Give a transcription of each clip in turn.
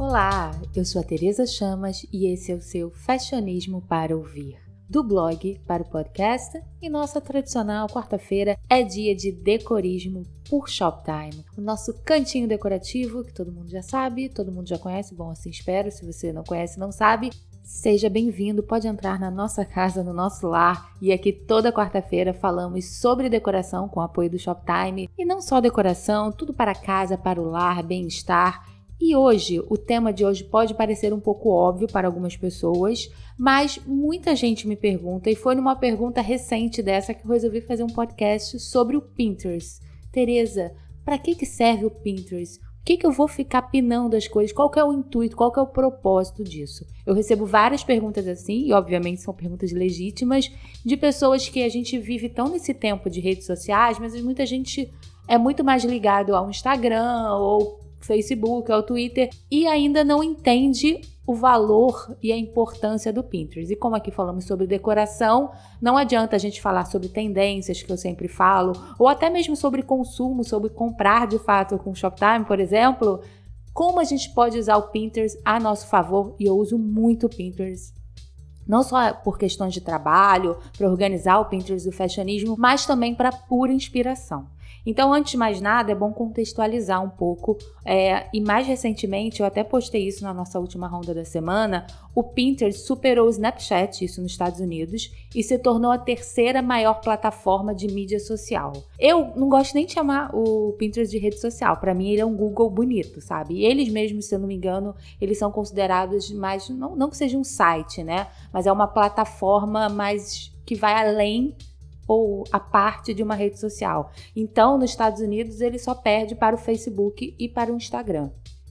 Olá, eu sou a Tereza Chamas e esse é o seu Fashionismo para Ouvir. Do blog para o podcast e nossa tradicional quarta-feira é dia de decorismo por Shoptime. O nosso cantinho decorativo que todo mundo já sabe, todo mundo já conhece, bom assim espero, se você não conhece não sabe, seja bem-vindo, pode entrar na nossa casa, no nosso lar e aqui toda quarta-feira falamos sobre decoração com o apoio do Shoptime e não só decoração, tudo para casa, para o lar, bem-estar. E hoje, o tema de hoje pode parecer um pouco óbvio para algumas pessoas, mas muita gente me pergunta, e foi numa pergunta recente dessa que eu resolvi fazer um podcast sobre o Pinterest. Tereza, para que serve o Pinterest? O que eu vou ficar pinando as coisas? Qual que é o intuito? Qual que é o propósito disso? Eu recebo várias perguntas assim, e obviamente são perguntas legítimas, de pessoas que a gente vive tão nesse tempo de redes sociais, mas muita gente é muito mais ligado ao Instagram ou Facebook, ao Twitter e ainda não entende o valor e a importância do Pinterest. E como aqui falamos sobre decoração, não adianta a gente falar sobre tendências, que eu sempre falo, ou até mesmo sobre consumo, sobre comprar de fato com o Shoptime, por exemplo, como a gente pode usar o Pinterest a nosso favor, e eu uso muito o Pinterest. Não só por questões de trabalho, para organizar o Pinterest do fashionismo, mas também para pura inspiração. Então, antes de mais nada, é bom contextualizar um pouco. E mais recentemente, eu até postei isso na nossa última ronda da semana, o Pinterest superou o Snapchat, isso nos Estados Unidos, e se tornou a terceira maior plataforma de mídia social. Eu não gosto nem de chamar o Pinterest de rede social, para mim ele é um Google bonito, sabe? E eles mesmos, se eu não me engano, eles são considerados mais, não que seja um site, né? Mas é uma plataforma mais que vai além ou a parte de uma rede social. Então, nos Estados Unidos, ele só perde para o Facebook e para o Instagram.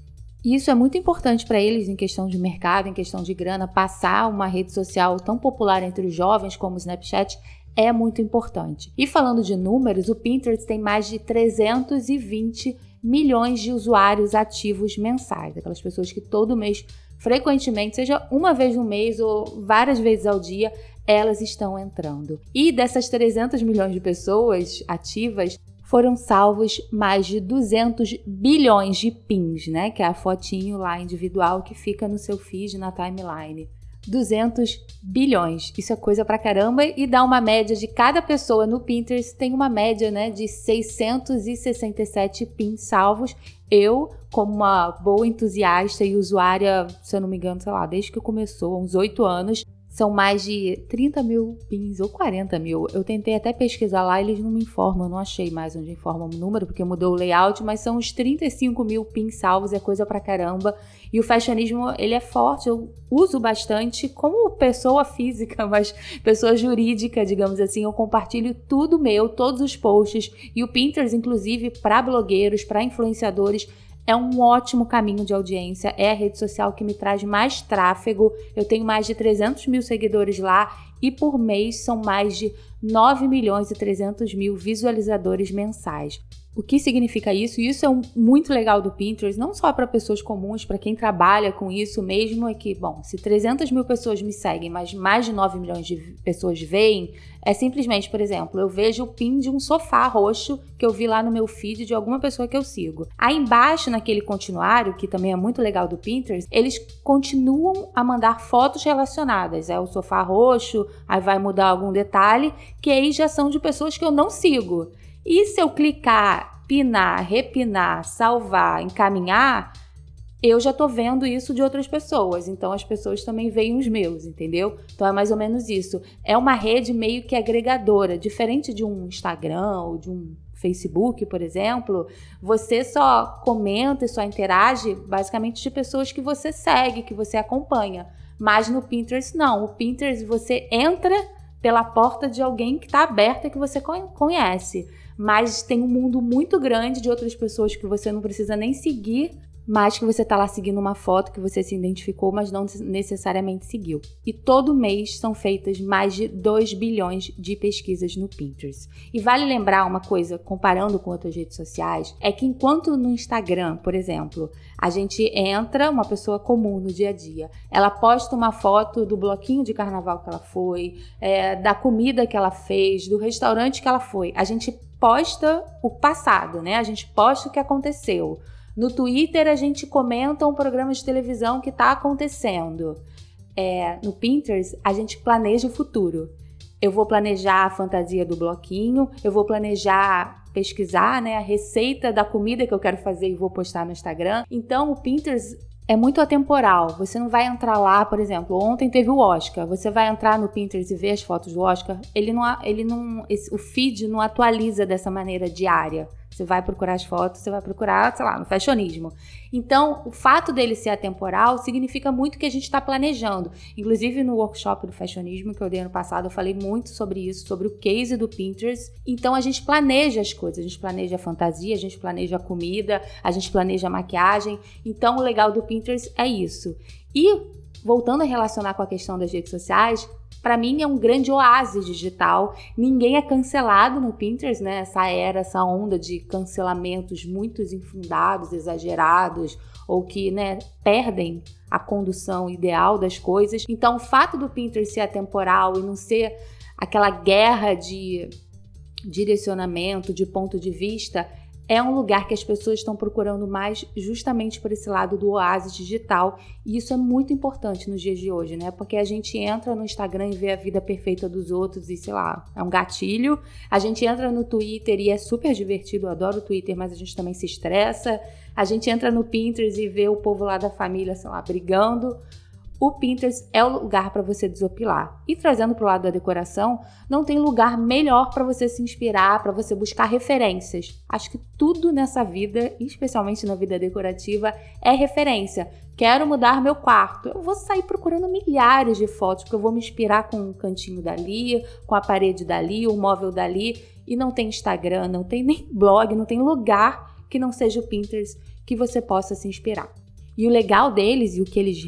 E isso é muito importante para eles em questão de mercado, em questão de grana, passar uma rede social tão popular entre os jovens como o Snapchat é muito importante. E falando de números, o Pinterest tem mais de 320 milhões de usuários ativos mensais, aquelas pessoas que todo mês, frequentemente, seja uma vez no mês ou várias vezes ao dia, elas estão entrando. E dessas 300 milhões de pessoas ativas, foram salvos mais de 200 bilhões de pins, né? Que é a fotinho lá individual que fica no seu feed, na timeline. 200 bilhões, isso é coisa pra caramba, e dá uma média de cada pessoa no Pinterest, tem uma média, né, de 667 pins salvos. Eu, como uma boa entusiasta e usuária, se eu não me engano, sei lá, desde que começou, há uns 8 anos, são mais de 30 mil pins ou 40 mil. Eu tentei até pesquisar lá, eles não me informam, eu não achei mais onde informam o número, porque mudou o layout, mas são uns 35 mil pins salvos, é coisa pra caramba. E o fashionismo, ele é forte, eu uso bastante como pessoa física, mas pessoa jurídica, digamos assim, eu compartilho tudo meu, todos os posts. E o Pinterest, inclusive, para blogueiros, para influenciadores, é um ótimo caminho de audiência, é a rede social que me traz mais tráfego, eu tenho mais de 300 mil seguidores lá e por mês são mais de 9 milhões e 300 mil visualizadores mensais. O que significa isso? Isso é muito legal do Pinterest, não só para pessoas comuns, para quem trabalha com isso mesmo, é que, bom, se 300 mil pessoas me seguem, mas mais de 9 milhões de pessoas veem, é simplesmente, por exemplo, eu vejo o pin de um sofá roxo que eu vi lá no meu feed de alguma pessoa que eu sigo. Aí embaixo, naquele continuário, que também é muito legal do Pinterest, eles continuam a mandar fotos relacionadas. É o sofá roxo, aí vai mudar algum detalhe, que aí já são de pessoas que eu não sigo. E se eu clicar, pinar, repinar, salvar, encaminhar, eu já tô vendo isso de outras pessoas. Então, as pessoas também veem os meus, entendeu? Então, é mais ou menos isso. É uma rede meio que agregadora. Diferente de um Instagram ou de um Facebook, por exemplo, você só comenta e só interage basicamente de pessoas que você segue, que você acompanha. Mas no Pinterest, não. O Pinterest, você entra pela porta de alguém que está aberta, que você conhece. Mas tem um mundo muito grande de outras pessoas que você não precisa nem seguir, mas que você está lá seguindo uma foto que você se identificou, mas não necessariamente seguiu. E todo mês são feitas mais de 2 bilhões de pesquisas no Pinterest. E vale lembrar uma coisa, comparando com outras redes sociais, é que enquanto no Instagram, por exemplo, a gente entra, uma pessoa comum no dia a dia, ela posta uma foto do bloquinho de carnaval que ela foi, da comida que ela fez, do restaurante que ela foi. A gente posta o passado, né? A gente posta o que aconteceu. No Twitter a gente comenta um programa de televisão que está acontecendo. No Pinterest a gente planeja o futuro. Eu vou planejar a fantasia do bloquinho, eu vou planejar, pesquisar, né, a receita da comida que eu quero fazer e vou postar no Instagram. Então o Pinterest é muito atemporal. Você não vai entrar lá, por exemplo, ontem teve o Oscar. Você vai entrar no Pinterest e ver as fotos do Oscar, o feed não atualiza dessa maneira diária. Você vai procurar as fotos, você vai procurar, sei lá, no fashionismo. Então, o fato dele ser atemporal significa muito que a gente está planejando. Inclusive, no workshop do fashionismo que eu dei ano passado, eu falei muito sobre isso, sobre o case do Pinterest. Então, a gente planeja as coisas. A gente planeja a fantasia, a gente planeja a comida, a gente planeja a maquiagem. Então, o legal do Pinterest é isso. E, voltando a relacionar com a questão das redes sociais, para mim é um grande oásis digital. Ninguém é cancelado no Pinterest, né? Essa onda de cancelamentos muito infundados, exagerados, ou que, né, perdem a condução ideal das coisas. Então, o fato do Pinterest ser atemporal e não ser aquela guerra de direcionamento, de ponto de vista, é um lugar que as pessoas estão procurando mais justamente por esse lado do oásis digital, e isso é muito importante nos dias de hoje, né? Porque a gente entra no Instagram e vê a vida perfeita dos outros e, sei lá, é um gatilho. A gente entra no Twitter e é super divertido, eu adoro o Twitter, mas a gente também se estressa. A gente entra no Pinterest e vê o povo lá da família, sei lá, brigando. O Pinterest é o lugar para você desopilar. E trazendo para o lado da decoração, não tem lugar melhor para você se inspirar, para você buscar referências. Acho que tudo nessa vida, especialmente na vida decorativa, é referência. Quero mudar meu quarto. Eu vou sair procurando milhares de fotos, porque eu vou me inspirar com um cantinho dali, com a parede dali, o móvel dali. E não tem Instagram, não tem nem blog, não tem lugar que não seja o Pinterest que você possa se inspirar. E o legal deles, e o que eles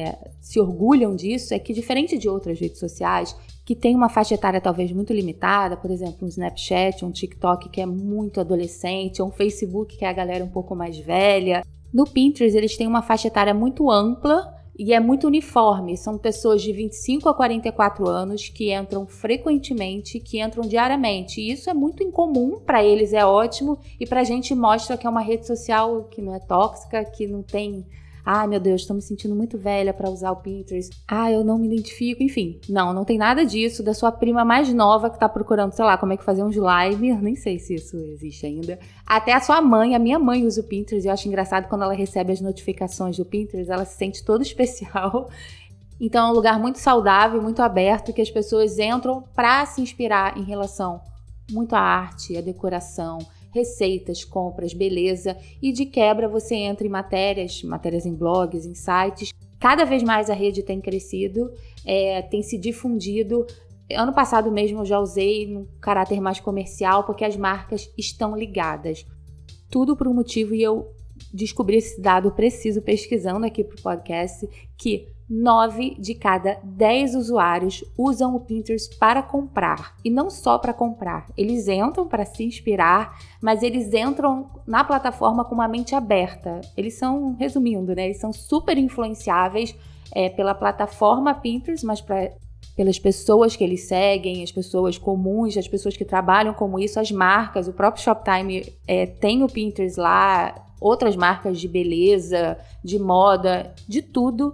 se orgulham disso, é que, diferente de outras redes sociais, que tem uma faixa etária talvez muito limitada, por exemplo, um Snapchat, um TikTok que é muito adolescente, ou um Facebook que é a galera um pouco mais velha, no Pinterest eles têm uma faixa etária muito ampla e é muito uniforme. São pessoas de 25 a 44 anos que entram frequentemente, que entram diariamente. E isso é muito incomum, para eles é ótimo, e pra gente mostra que é uma rede social que não é tóxica, que não tem... Ai, meu Deus, estou me sentindo muito velha para usar o Pinterest. Eu não me identifico. Enfim, não tem nada disso. Da sua prima mais nova que tá procurando, sei lá, como é que fazer um slime. Eu nem sei se isso existe ainda. Até a sua mãe, a minha mãe usa o Pinterest. Eu acho engraçado quando ela recebe as notificações do Pinterest, ela se sente toda especial. Então é um lugar muito saudável, muito aberto, que as pessoas entram para se inspirar em relação muito à arte, à decoração, receitas, compras, beleza, e de quebra você entra em matérias em blogs, em sites. Cada vez mais a rede tem crescido, tem se difundido. Ano passado mesmo eu já usei no caráter mais comercial, porque as marcas estão ligadas. Tudo por um motivo, e eu descobri esse dado preciso pesquisando aqui para o podcast, que 9 de cada 10 usuários usam o Pinterest para comprar. E não só para comprar. Eles entram para se inspirar, mas eles entram na plataforma com uma mente aberta. Eles são, resumindo, né? Eles são super influenciáveis pela plataforma Pinterest, mas pelas pessoas que eles seguem, as pessoas comuns, as pessoas que trabalham como isso, as marcas. O próprio Shoptime tem o Pinterest lá, outras marcas de beleza, de moda, de tudo.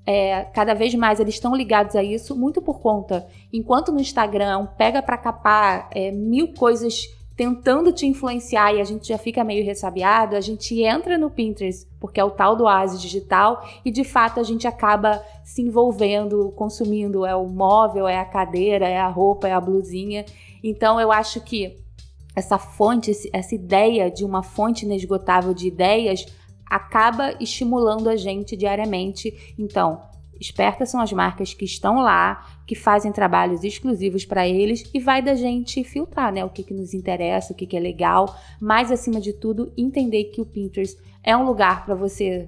Cada vez mais eles estão ligados a isso, muito por conta, enquanto no Instagram pega pra capar 1000 coisas tentando te influenciar e a gente já fica meio ressabiado, a gente entra no Pinterest, porque é o tal do oásis digital, e de fato a gente acaba se envolvendo, consumindo, é o móvel, é a cadeira, é a roupa, é a blusinha. Então eu acho que essa fonte, essa ideia de uma fonte inesgotável de ideias acaba estimulando a gente diariamente. Então, espertas são as marcas que estão lá, que fazem trabalhos exclusivos para eles, e vai da gente filtrar, né, o que nos interessa, o que é legal, mas acima de tudo, entender que o Pinterest é um lugar para você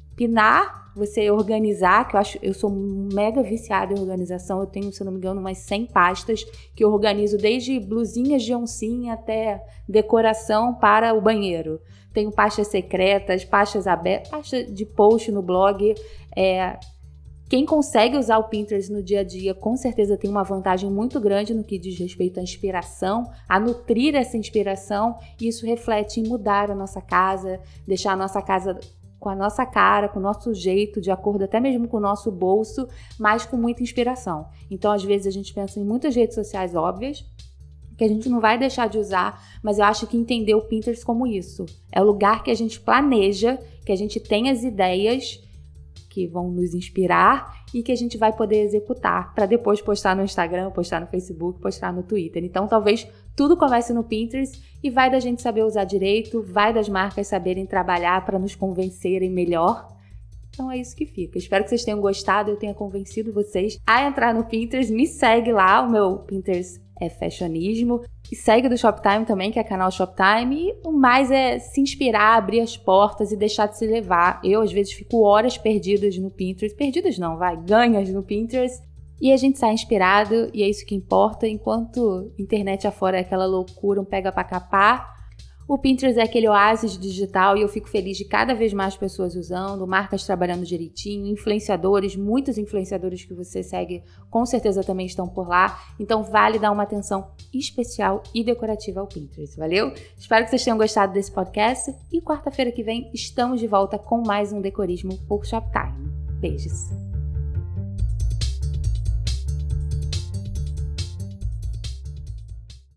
pinar, você organizar, que eu sou mega viciada em organização. Eu tenho, se eu não me engano, umas 100 pastas que eu organizo desde blusinhas de oncinha até decoração para o banheiro. Tenho pastas secretas, pastas abertas, pasta de post no blog. Quem consegue usar o Pinterest no dia a dia, com certeza tem uma vantagem muito grande no que diz respeito à inspiração, a nutrir essa inspiração, e isso reflete em mudar a nossa casa, deixar a nossa casa com a nossa cara, com o nosso jeito, de acordo até mesmo com o nosso bolso, mas com muita inspiração. Então, às vezes, a gente pensa em muitas redes sociais óbvias, que a gente não vai deixar de usar, mas eu acho que entender o Pinterest como isso. É o lugar que a gente planeja, que a gente tem as ideias que vão nos inspirar e que a gente vai poder executar para depois postar no Instagram, postar no Facebook, postar no Twitter. Então, talvez tudo comece no Pinterest e vai da gente saber usar direito, vai das marcas saberem trabalhar para nos convencerem melhor. Então é isso que fica. Espero que vocês tenham gostado, eu tenha convencido vocês a entrar no Pinterest. Me segue lá, o meu Pinterest é Fashionismo. E segue do Shoptime também, que é canal Shoptime. E o mais é se inspirar, abrir as portas e deixar de se levar. Eu, às vezes, fico horas perdidas no Pinterest. Perdidas não, ganhas no Pinterest. E a gente sai inspirado, e é isso que importa. Enquanto internet afora é aquela loucura, um pega pra capar, o Pinterest é aquele oásis digital, e eu fico feliz de cada vez mais pessoas usando, marcas trabalhando direitinho, influenciadores, muitos influenciadores que você segue com certeza também estão por lá, então vale dar uma atenção especial e decorativa ao Pinterest, valeu? Espero que vocês tenham gostado desse podcast, e quarta-feira que vem estamos de volta com mais um Decorismo por Shoptime. Beijos!